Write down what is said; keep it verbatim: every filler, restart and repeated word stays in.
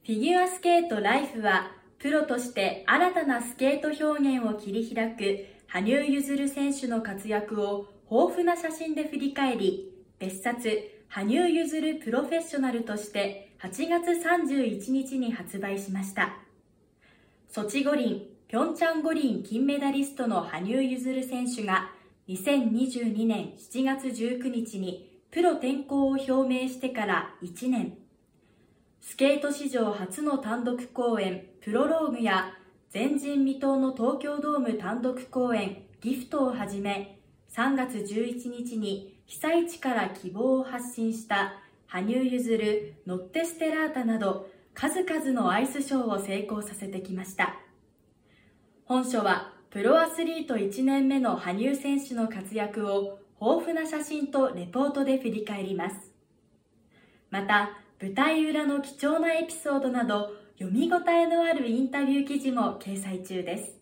フィギュアスケートライフは、プロとして新たなスケート表現を切り開く羽生結弦選手の活躍を豊富な写真で振り返り、別冊羽生結弦プロフェッショナルとしてはちがつさんじゅういちにちに発売しました。ソチ五輪、ピョンチャン五輪金メダリストの羽生結弦選手がにせんにじゅうにねんしちがつじゅうくにちにプロ転向を表明してからいちねん。スケート史上初の単独公演プロローグや前人未到の東京ドーム単独公演ギフトをはじめ、さんがつじゅういちにちに被災地から希望を発信した羽生結弦ノッテステラータなど数々のアイスショーを成功させてきました。本書はプロアスリートいちねんめの羽生選手の活躍を豊富な写真とレポートで振り返ります。また、舞台裏の貴重なエピソードなど読み応えのあるインタビュー記事も掲載中です。